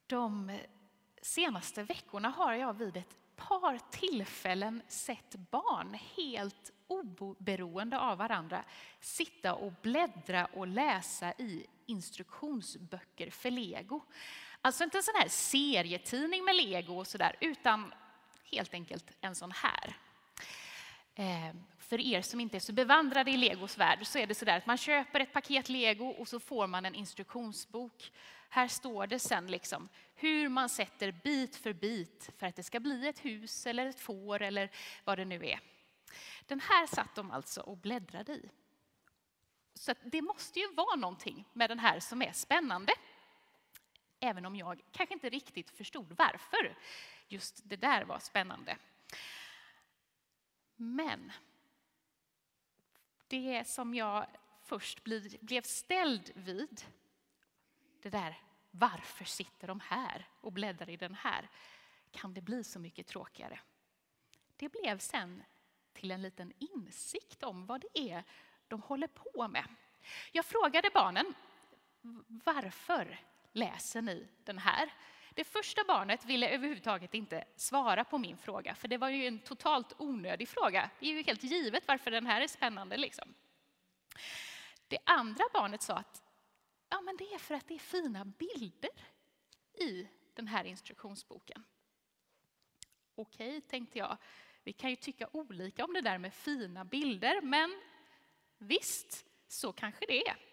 De senaste veckorna har jag vid ett par tillfällen sett barn helt oberoende av varandra sitta och bläddra och läsa i instruktionsböcker för Lego. Alltså inte en sån här serietidning med Lego och sådär, utan helt enkelt en sån här. För er som inte är så bevandrade i Legos värld så är det sådär att man köper ett paket Lego och så får man en instruktionsbok. Här står det sen liksom hur man sätter bit för bit för att det ska bli ett hus eller ett får eller vad det nu är. Den här satt de alltså och bläddrade i. Så att det måste ju vara någonting med den här som är spännande. Även om jag kanske inte riktigt förstod varför just det där var spännande. Men det som jag först blev ställd vid, det där varför sitter de här och bläddrar i den här, kan det bli så mycket tråkigare. Det blev sen till en liten insikt om vad det är de håller på med. Jag frågade barnen, varför läser ni den här? Det första barnet ville överhuvudtaget inte svara på min fråga, för det var ju en totalt onödig fråga. Det är ju helt givet varför den här är spännande liksom. Det andra barnet sa att ja, men det är för att det är fina bilder i den här instruktionsboken. Okej, tänkte jag. Vi kan ju tycka olika om det där med fina bilder, men visst, så kanske det är.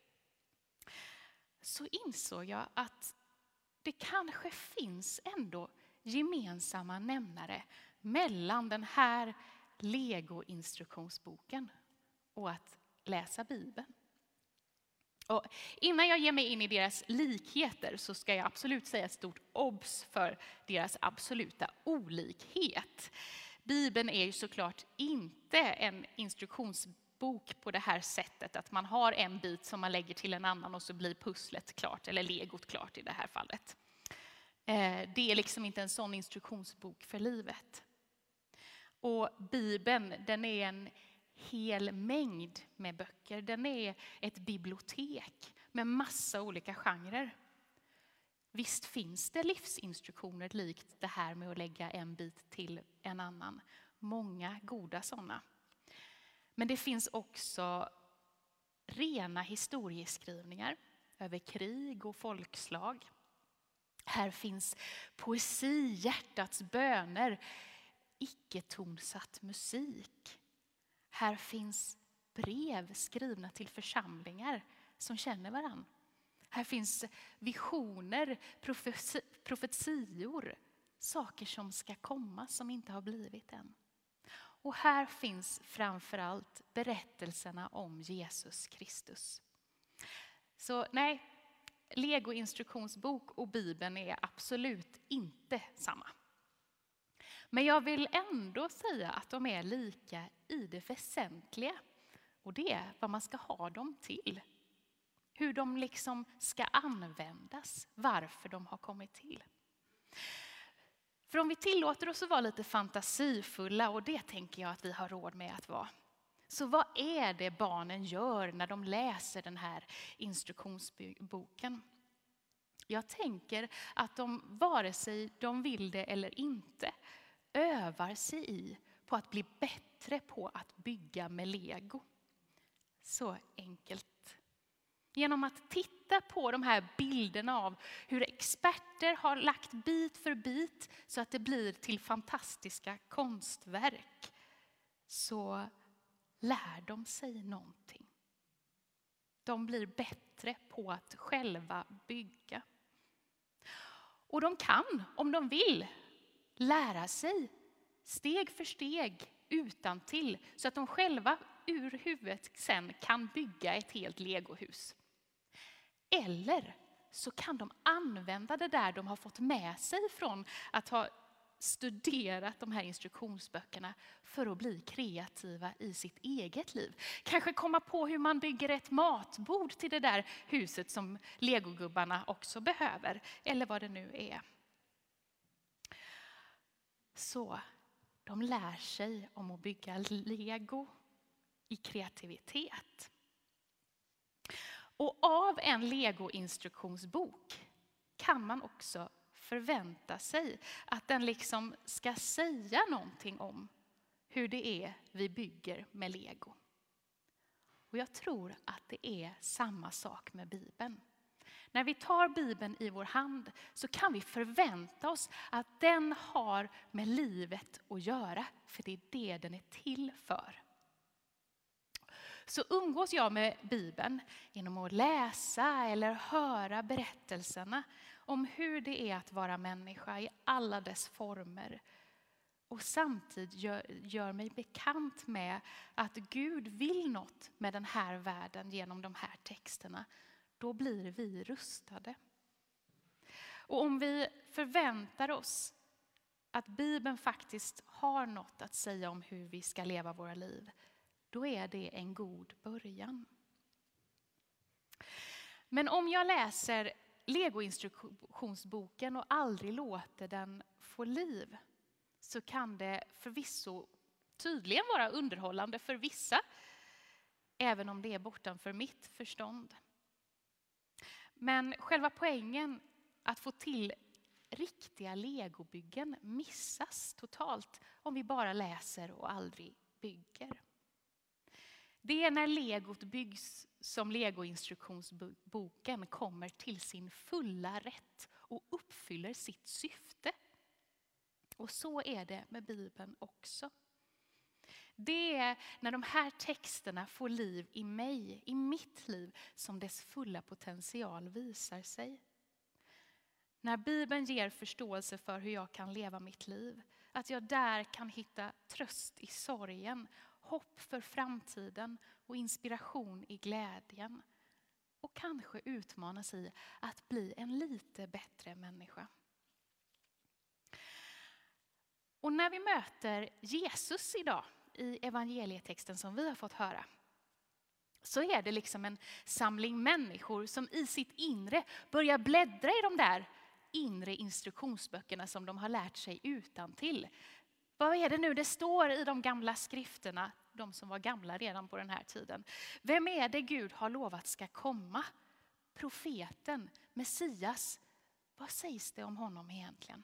Så insåg jag att det kanske finns ändå gemensamma nämnare mellan den här Lego-instruktionsboken och att läsa Bibeln. Och innan jag ger mig in i deras likheter så ska jag absolut säga ett stort obs för deras absoluta olikhet. Bibeln är ju såklart inte en instruktionsbok på det här sättet att man har en bit som man lägger till en annan och så blir pusslet klart eller legot klart i det här fallet. Det är liksom inte en sån instruktionsbok för livet. Och Bibeln, den är en hel mängd med böcker. Den är ett bibliotek med massa olika genrer. Visst finns det livsinstruktioner likt det här med att lägga en bit till en annan. Många goda sådana. Men det finns också rena historieskrivningar över krig och folkslag. Här finns poesi, hjärtats böner, icke-tonsatt musik. Här finns brev skrivna till församlingar som känner varann. Här finns visioner, profetior, saker som ska komma som inte har blivit än. Och här finns framförallt berättelserna om Jesus Kristus. Så nej, Lego-instruktionsbok och Bibeln är absolut inte samma. Men jag vill ändå säga att de är lika i det väsentliga. Och det är vad man ska ha dem till. Hur de liksom ska användas, varför de har kommit till. För om vi tillåter oss att vara lite fantasifulla, och det tänker jag att vi har råd med att vara. Så vad är det barnen gör när de läser den här instruktionsboken? Jag tänker att de, vare sig de vill det eller inte, övar sig i på att bli bättre på att bygga med Lego. Så enkelt. Genom att titta på de här bilderna av hur experter har lagt bit för bit så att det blir till fantastiska konstverk, så lär de sig någonting. De blir bättre på att själva bygga. Och de kan, om de vill, lära sig steg för steg utantill så att de själva ur huvudet sen kan bygga ett helt legohus. Eller så kan de använda det där de har fått med sig från att ha studerat de här instruktionsböckerna för att bli kreativa i sitt eget liv. Kanske komma på hur man bygger ett matbord till det där huset som legogubbarna också behöver. Eller vad det nu är. Så de lär sig om att bygga Lego i kreativitet. Och av en Lego-instruktionsbok kan man också förvänta sig att den liksom ska säga någonting om hur det är vi bygger med Lego. Och jag tror att det är samma sak med Bibeln. När vi tar Bibeln i vår hand så kan vi förvänta oss att den har med livet att göra. För det är det den är till för. Så umgås jag med Bibeln genom att läsa eller höra berättelserna om hur det är att vara människa i alla dess former. Och samtidigt gör mig bekant med att Gud vill något med den här världen genom de här texterna. Då blir vi rustade. Och om vi förväntar oss att Bibeln faktiskt har något att säga om hur vi ska leva våra liv, då är det en god början. Men om jag läser Lego-instruktionsboken och aldrig låter den få liv, så kan det förvisso tydligen vara underhållande för vissa, även om det är bortanför mitt förstånd. Men själva poängen att få till riktiga legobyggen missas totalt om vi bara läser och aldrig bygger. Det är när legot byggs som Lego-instruktionsboken kommer till sin fulla rätt och uppfyller sitt syfte. Och så är det med Bibeln också. Det är när de här texterna får liv i mig, i mitt liv, som dess fulla potential visar sig. När Bibeln ger förståelse för hur jag kan leva mitt liv, att jag där kan hitta tröst i sorgen, hopp för framtiden och inspiration i glädjen. Och kanske utmanas i att bli en lite bättre människa. Och när vi möter Jesus idag i evangelietexten som vi har fått höra, så är det liksom en samling människor som i sitt inre börjar bläddra i de där inre instruktionsböckerna som de har lärt sig utantill. Vad är det nu det står i de gamla skrifterna, de som var gamla redan på den här tiden? Vem är det Gud har lovat ska komma? Profeten, Messias. Vad sägs det om honom egentligen?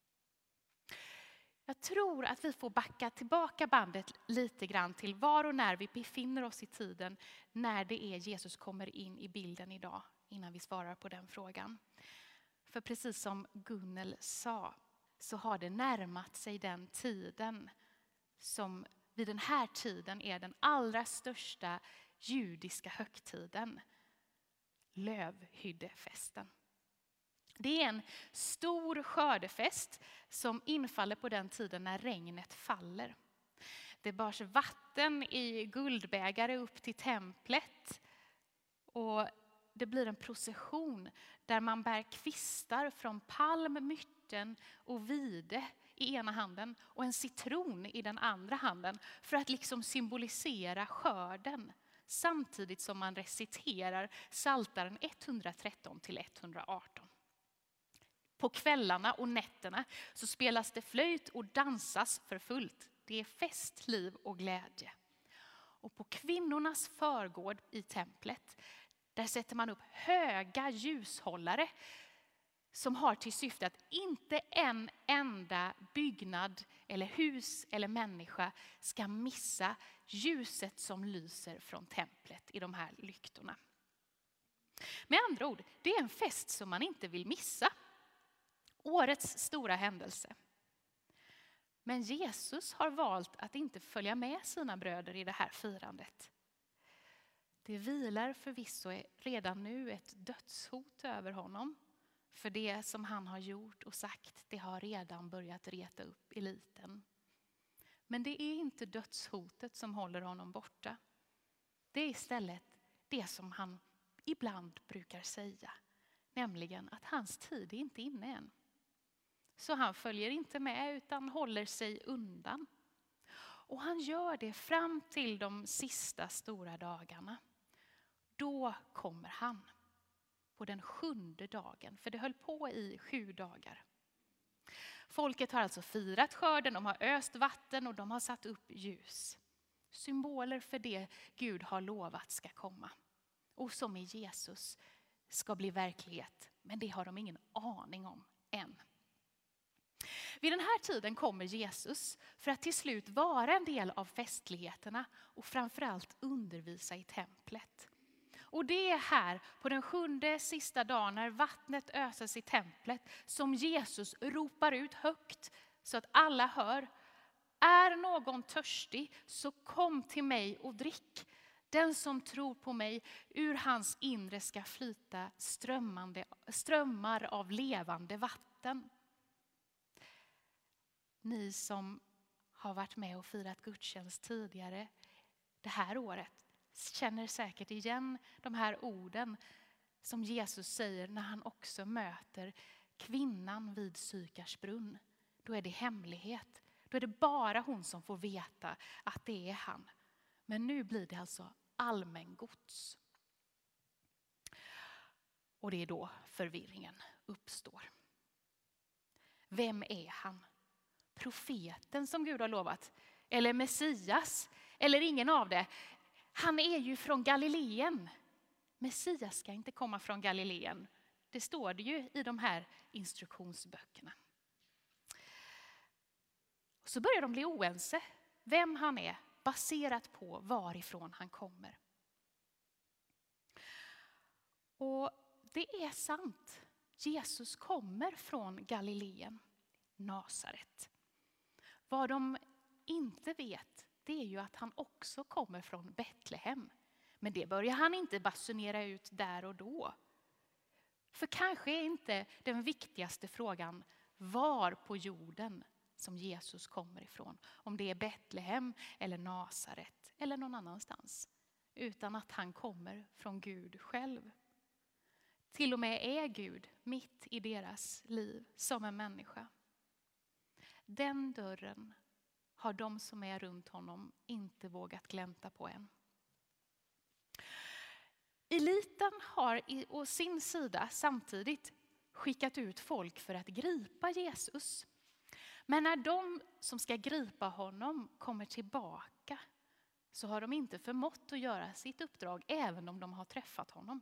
Jag tror att vi får backa tillbaka bandet lite grann till var och när vi befinner oss i tiden när det är Jesus kommer in i bilden idag, innan vi svarar på den frågan. För precis som Gunnel sa, så har det närmat sig den tiden som vid den här tiden är den allra största judiska högtiden, lövhyddefesten. Det är en stor skördefest som infaller på den tiden när regnet faller. Det bars vatten i guldbägare upp till templet och det blir en procession där man bär kvistar från palm, myrten och vide i ena handen och en citron i den andra handen för att liksom symbolisera skörden. Samtidigt som man reciterar Psaltaren 113-118. På kvällarna och nätterna så spelas det flöjt och dansas för fullt. Det är fest, liv och glädje. Och på kvinnornas förgård i templet, där sätter man upp höga ljushållare som har till syfte att inte en enda byggnad eller hus eller människa ska missa ljuset som lyser från templet i de här lyktorna. Med andra ord, det är en fest som man inte vill missa. Årets stora händelse. Men Jesus har valt att inte följa med sina bröder i det här firandet. Det vilar förvisso redan nu ett dödshot över honom. För det som han har gjort och sagt, det har redan börjat reta upp eliten. Men det är inte dödshotet som håller honom borta. Det är istället det som han ibland brukar säga. Nämligen att hans tid är inte inne än. Så han följer inte med utan håller sig undan. Och han gör det fram till de sista stora dagarna. Då kommer han på den 7:e dagen. För det höll på i 7 dagar. Folket har alltså firat skörden, de har öst vatten och de har satt upp ljus. Symboler för det Gud har lovat ska komma. Och som i Jesus ska bli verklighet Men det har de ingen aning om än. Vid den här tiden kommer Jesus för att till slut vara en del av festligheterna och framförallt undervisa i templet. Och det är här på den 7:e sista dagen när vattnet öses i templet som Jesus ropar ut högt så att alla hör: är någon törstig så kom till mig och drick. Den som tror på mig, ur hans inre ska flyta strömmar av levande vatten. Ni som har varit med och firat gudstjänst tidigare det här året känner säkert igen de här orden som Jesus säger när han också möter kvinnan vid Sykars brunn. Då är det hemlighet. Då är det bara hon som får veta att det är han. Men nu blir det alltså allmängods. Och det är då förvirringen uppstår. Vem är han? Profeten som Gud har lovat? Eller Messias? Eller ingen av det? Han är ju från Galileen. Messias ska inte komma från Galileen. Det står det ju i de här instruktionsböckerna. Och så börjar de bli oense vem han är baserat på varifrån han kommer. Och det är sant. Jesus kommer från Galileen, Nasaret. Vad de inte vet, det är ju att han också kommer från Betlehem. Men det börjar han inte basunera ut där och då. För kanske är inte den viktigaste frågan var på jorden som Jesus kommer ifrån. Om det är Betlehem eller Nasaret eller någon annanstans. Utan att han kommer från Gud själv. Till och med är Gud mitt i deras liv som en människa. Den dörren har de som är runt honom inte vågat glänta på än. Eliten har å sin sida samtidigt skickat ut folk för att gripa Jesus. Men när de som ska gripa honom kommer tillbaka så har de inte förmått att göra sitt uppdrag även om de har träffat honom.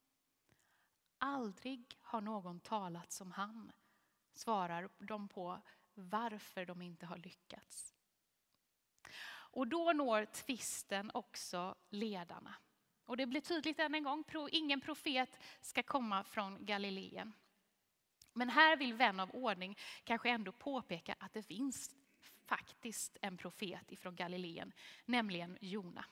Aldrig har någon talat som han, svarar de på varför de inte har lyckats. Och då når tvisten också ledarna. Och det blir tydligt än en gång, ingen profet ska komma från Galileen. Men här vill vän av ordning kanske ändå påpeka att det finns faktiskt en profet ifrån Galileen, nämligen Jona.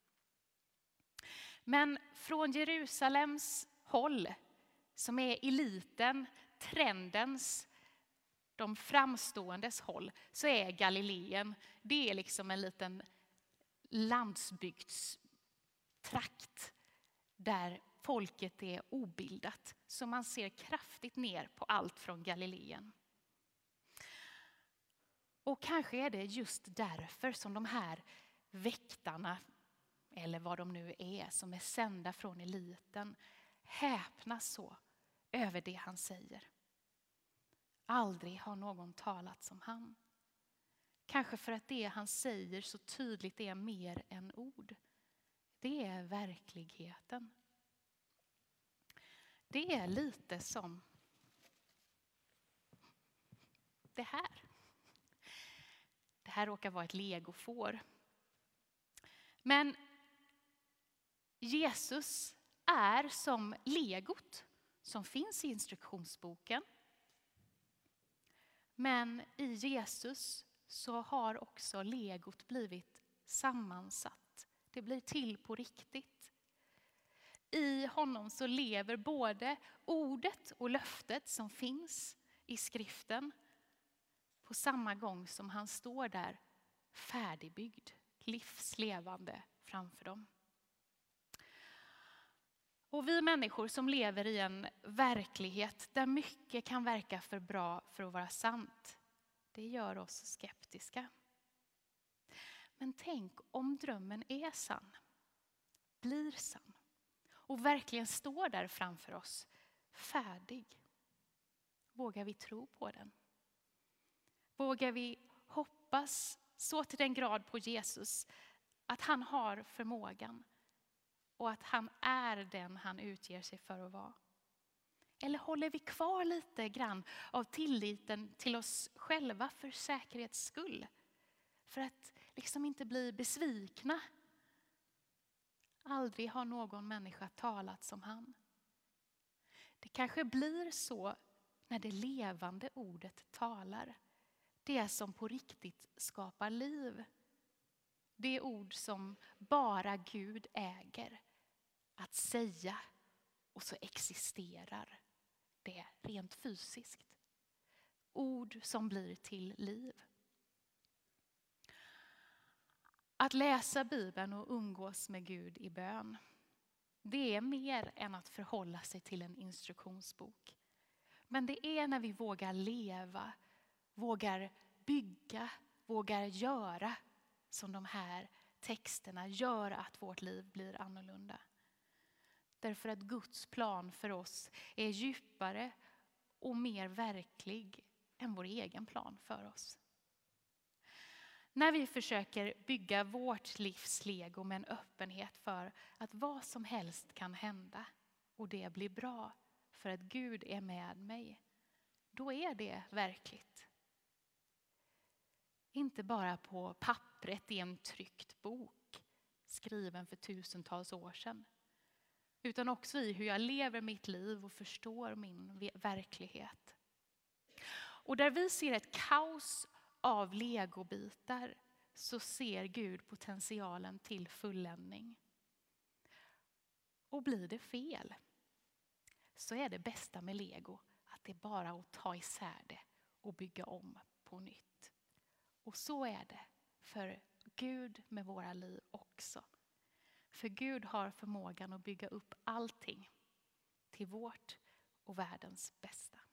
Men från Jerusalems håll, som är eliten, trendens, de framståendes håll, så är Galileen, det är liksom en liten landsbygdstrakt där folket är obildat. Så man ser kraftigt ner på allt från Galileen. Och kanske är det just därför som de här väktarna, eller vad de nu är, som är sända från eliten, häpnas så över det han säger. Aldrig har någon talat som han. Kanske för att det han säger så tydligt är mer än ord. Det är verkligheten. Det är lite som det här. Det här råkar vara ett legofår. Men Jesus är som legot som finns i instruktionsboken. Men i Jesus så har också legot blivit sammansatt. Det blir till på riktigt. I honom så lever både ordet och löftet som finns i skriften på samma gång som han står där färdigbyggd, livslevande framför dem. Och vi människor som lever i en verklighet där mycket kan verka för bra för att vara sant, det gör oss skeptiska. Men tänk om drömmen är sann, blir sann och verkligen står där framför oss, färdig. Vågar vi tro på den? Vågar vi hoppas så till den grad på Jesus att han har förmågan och att han är den han utger sig för att vara? Eller håller vi kvar lite grann av tilliten till oss själva för säkerhets skull? För att liksom inte bli besvikna. Aldrig har någon människa talat som han. Det kanske blir så när det levande ordet talar. Det som på riktigt skapar liv. Det ord som bara Gud äger att säga, och så existerar det rent fysiskt. Ord som blir till liv. Att läsa Bibeln och umgås med Gud i bön, det är mer än att förhålla sig till en instruktionsbok. Men det är när vi vågar leva, vågar bygga, vågar göra som de här texterna gör att vårt liv blir annorlunda. Därför att Guds plan för oss är djupare och mer verklig än vår egen plan för oss. När vi försöker bygga vårt livs lego med en öppenhet för att vad som helst kan hända och det blir bra för att Gud är med mig, då är det verkligt. Inte bara på pappret i en tryckt bok skriven för tusentals år sedan, utan också i hur jag lever mitt liv och förstår min verklighet. Och där vi ser ett kaos av legobitar så ser Gud potentialen till fulländning. Och blir det fel så är det bästa med lego att det är bara att ta isär det och bygga om på nytt. Och så är det för Gud med våra liv också. För Gud har förmågan att bygga upp allting till vårt och världens bästa.